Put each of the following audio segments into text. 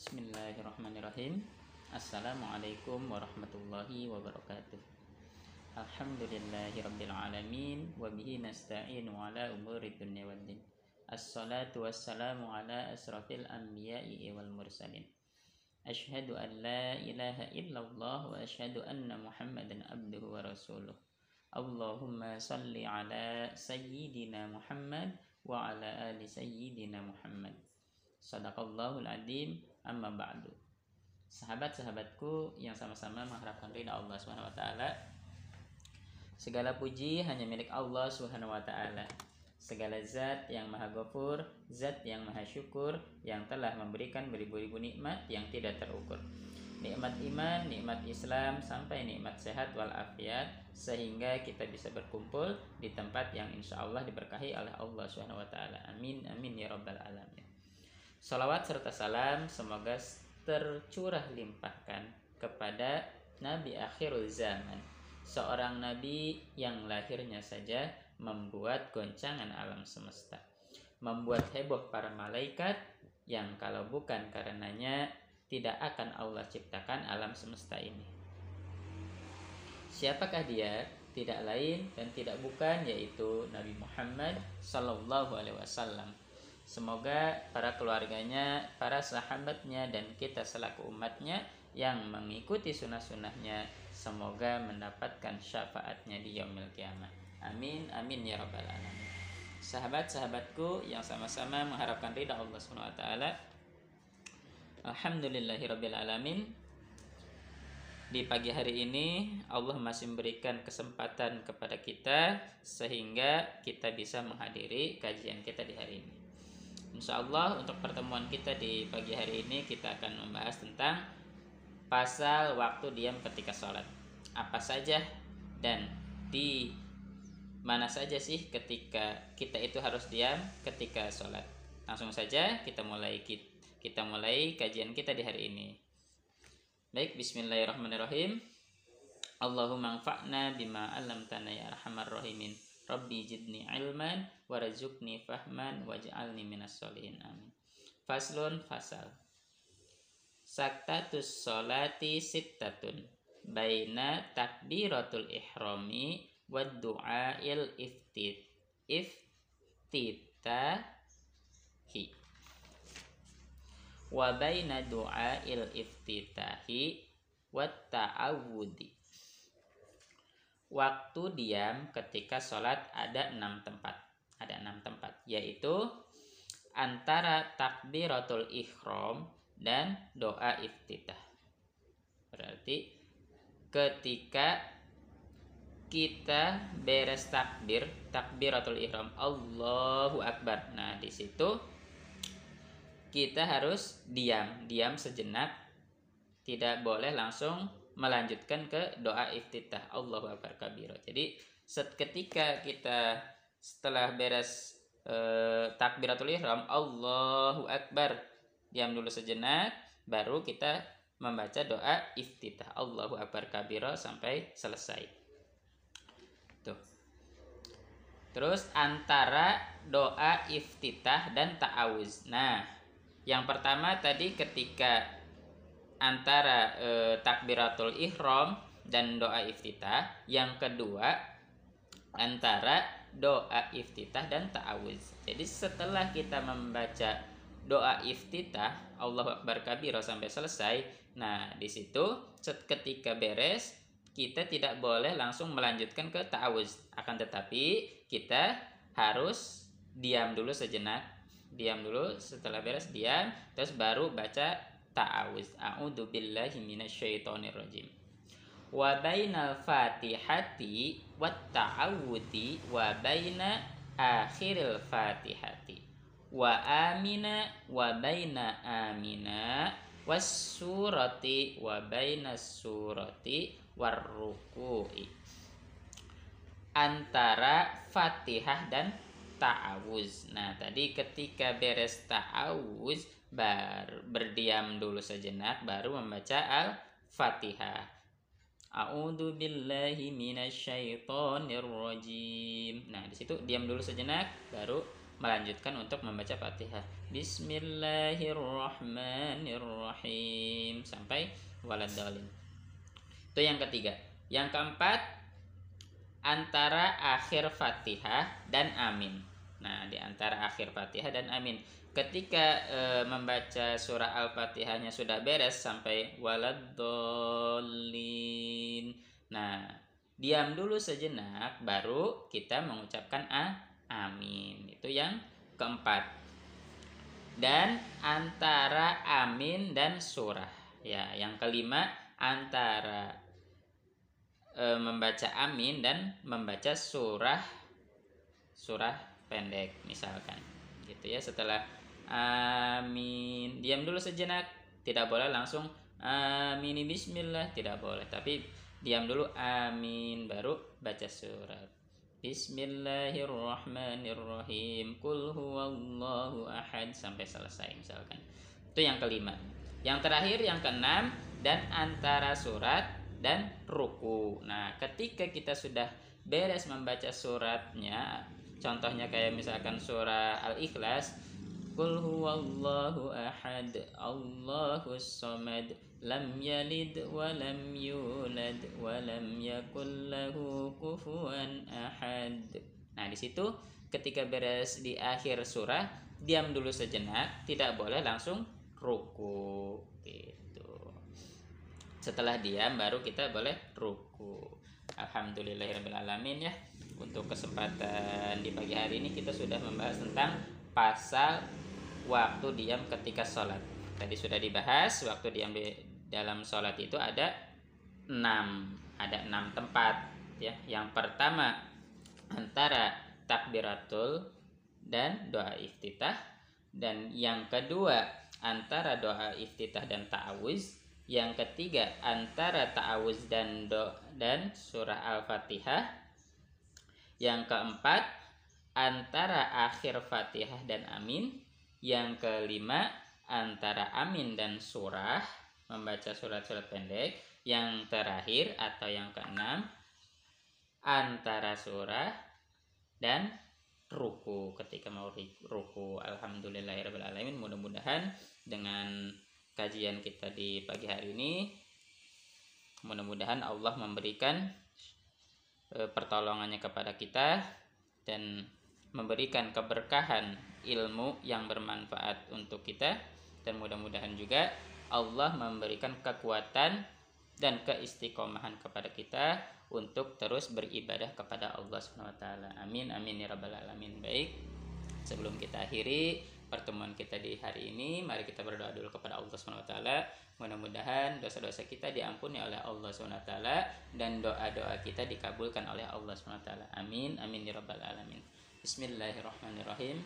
Bismillahirrahmanirrahim. Assalamualaikum warahmatullahi wabarakatuh. Alhamdulillahirabbil alamin wa bihi nasta'inu ala umuri dunya waddin. Assalatu wassalamu ala asrafil anbiya'i wal mursalin. Asyhadu an la ilaha illallah wa asyhadu anna Muhammadan abduhu wa rasuluh. Allahumma salli ala sayyidina Muhammad wa ala ali sayyidina Muhammad. Sadaqallahul adzim. Amma ba'du. Sahabat-sahabatku yang sama-sama mengharapkan ridha Allah Subhanahu wa taala. Segala puji hanya milik Allah Subhanahu wa taala. Segala zat yang Maha Ghafur, zat yang Maha Syukur, yang telah memberikan beribu-ribu nikmat yang tidak terukur. Nikmat iman, nikmat Islam, sampai nikmat sehat walafiat, sehingga kita bisa berkumpul di tempat yang insya Allah diberkahi oleh Allah Subhanahu wa taala. Amin amin ya rabbal alamin. Salawat serta salam semoga tercurah limpahkan kepada Nabi akhirul zaman, seorang nabi yang lahirnya saja membuat goncangan alam semesta, membuat heboh para malaikat yang kalau bukan karenanya tidak akan Allah ciptakan alam semesta ini. Siapakah dia? Tidak lain dan tidak bukan yaitu Nabi Muhammad sallallahu alaihi wasallam. Semoga para keluarganya, para sahabatnya, dan kita selaku umatnya yang mengikuti sunnah-sunnahnya semoga mendapatkan syafaatnya di yaumil kiamah. Amin amin ya rabbal alamin. Sahabat-sahabatku yang sama-sama mengharapkan ridha Allah Subhanahu wa taala. Alhamdulillahirabbil alamin. Di pagi hari ini Allah masih memberikan kesempatan kepada kita sehingga kita bisa menghadiri kajian kita di hari ini. Insya Allah untuk pertemuan kita di pagi hari ini kita akan membahas tentang pasal waktu diam ketika sholat. Apa saja dan di mana saja sih ketika kita itu harus diam ketika sholat. Langsung saja kita mulai kajian kita di hari ini. Baik, bismillahirrahmanirrahim. Allahumma anfa'na bima 'allamtana ya arhamar rahimin. Rabbi jidni ilman warzuqni fahman waj'alni minas sholihin amin. Faslun fasal. Saktatus sholati sittatun baina takbiratul ihrami wad du'ail iftitahi wa baina du'ail iftitahi wat ta'awudi. Waktu diam ketika sholat ada 6 tempat. Ada 6 tempat, yaitu antara takbiratul ihram dan doa iftitah. Berarti ketika kita beres takbiratul ihram, Allahu Akbar. Nah, di situ kita harus diam sejenak, tidak boleh langsung melanjutkan ke doa iftitah Allahu Akbar kabira. Jadi ketika kita setelah beres takbiratul ihram Allahu Akbar, diam dulu sejenak, baru kita membaca doa iftitah Allahu Akbar kabira sampai selesai. Tuh. Terus antara doa iftitah dan ta'awuz. Nah, yang pertama tadi ketika antara takbiratul ihram dan doa iftitah. Yang kedua antara doa iftitah dan ta'awuz. Jadi setelah kita membaca doa iftitah Allahu Akbar kabira sampai selesai, nah di situ ketika beres kita tidak boleh langsung melanjutkan ke ta'awuz, akan tetapi kita harus diam dulu sejenak, diam dulu, setelah beres diam, terus baru baca ta'awuz. A'udzu billahi minasyaitonir rajim. Wa bainal fatihati wat ta'awudi wa baina akhiril fatihati wa amina wa baina amina was surati wa baina surati war ruku'i. Antara Fatihah dan ta'awuz. Nah, tadi ketika beres ta'awuz berdiam dulu sejenak, baru membaca Al-Fatihah. A'udzu billahi minasyaitonir rajim. Nah, di situ diam dulu sejenak, baru melanjutkan untuk membaca Fatihah. Bismillahirrahmanirrahim sampai waladhdallin. Itu yang ketiga. Yang keempat, antara akhir Fatihah dan amin. Nah, di antara akhir Fatihah dan amin. Ketika membaca surah Al-Fatihahnya sudah beres sampai waladhdallin. Nah, diam dulu sejenak baru kita mengucapkan amin. Itu yang keempat. Dan antara amin dan surah. Ya, yang kelima, antara membaca amin dan membaca surah pendek misalkan. Gitu ya, setelah amin diam dulu sejenak, tidak boleh langsung amin bismillah, tidak boleh, tapi diam dulu amin baru baca surat. Bismillahirrahmanirrahim, Qul huwallahu ahad sampai selesai misalkan. Itu yang kelima. Yang terakhir, yang keenam, dan antara surat dan ruku. Nah, ketika kita sudah beres membaca suratnya, contohnya kayak misalkan surah Al-Ikhlas, Qul huwallahu ahad, Allahus samad, lam yalid wa lam yulad wa lam yakul lahu kufuwan ahad. Nah, di situ ketika beres di akhir surah, diam dulu sejenak, tidak boleh langsung ruku gitu. Setelah diam baru kita boleh ruku. Alhamdulillahirrahmanirrahim ya. Untuk kesempatan di pagi hari ini kita sudah membahas tentang pasal waktu diam ketika sholat. Tadi sudah dibahas waktu diam di dalam sholat itu ada 6 tempat ya. Yang pertama antara takbiratul dan doa iftitah, dan yang kedua antara doa iftitah dan ta'awuz, yang ketiga antara ta'awuz dan surah Al-Fatihah, yang keempat antara akhir Fatihah dan amin, yang kelima antara amin dan surah, membaca surat-surat pendek, yang terakhir atau yang keenam antara surah dan ruku ketika mau ruku. Alhamdulillahirrahmanirrahim. Mudah-mudahan dengan kajian kita di pagi hari ini, mudah-mudahan Allah memberikan pertolongannya kepada kita dan memberikan keberkahan ilmu yang bermanfaat untuk kita, dan mudah-mudahan juga Allah memberikan kekuatan dan keistiqomahan kepada kita untuk terus beribadah kepada Allah SWT. Amin amin ya rabbal alamin. Baik, sebelum kita akhiri pertemuan kita di hari ini, mari kita berdoa dulu kepada Allah SWT. Mudah-mudahan dosa-dosa kita diampuni oleh Allah SWT dan doa-doa kita dikabulkan oleh Allah SWT. Amin amin ya rabbal alamin. Bismillahirrahmanirrahim.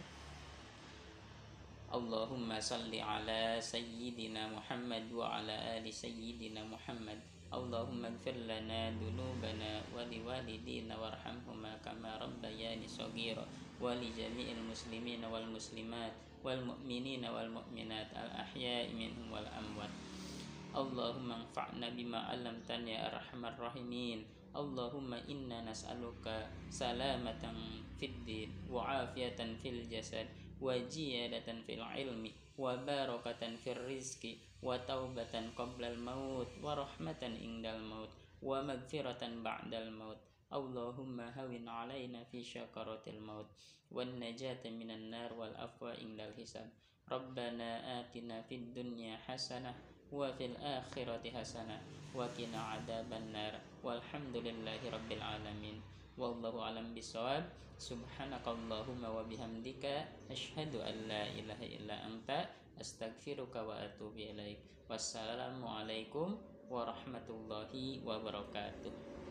Allahumma salli ala sayyidina Muhammad wa ala ali sayyidina Muhammad. Allahumma ighfir lana dhunubana wa liwalidina warhamhuma kama rabbayani shaghira wa li jami'il muslimina wal muslimat wal mu'minina wal mu'minat al ahya'i minhum wal amwat. Allahumma anfa'na bima 'allamtana ya arhamar rahimin. Allahumma inna nas'aluka salamatan fid din wa afiyatan fil jasad wa ziyadatan fil ilmi wa barakatan fil rizqi wa taubatan qoblal maut wa rahmatan indal maut wa magfiratan ba'dal maut. Allahumma hawin alaina fi syakaratil maut wan najata minan nar wal afwa indal hisab. Rabbana atina fid dunya hasanah wa fil akhirati hasanah wa qina adzaban nar. Walhamdulillahi rabbil alamin. Wallahu alam bisawab. Subhanakallahumma wa bihamdika asyhadu an la ilaha illa anta astaghfiruka wa atubu ilaik. Wassalamualaikum warahmatullahi wabarakatuh.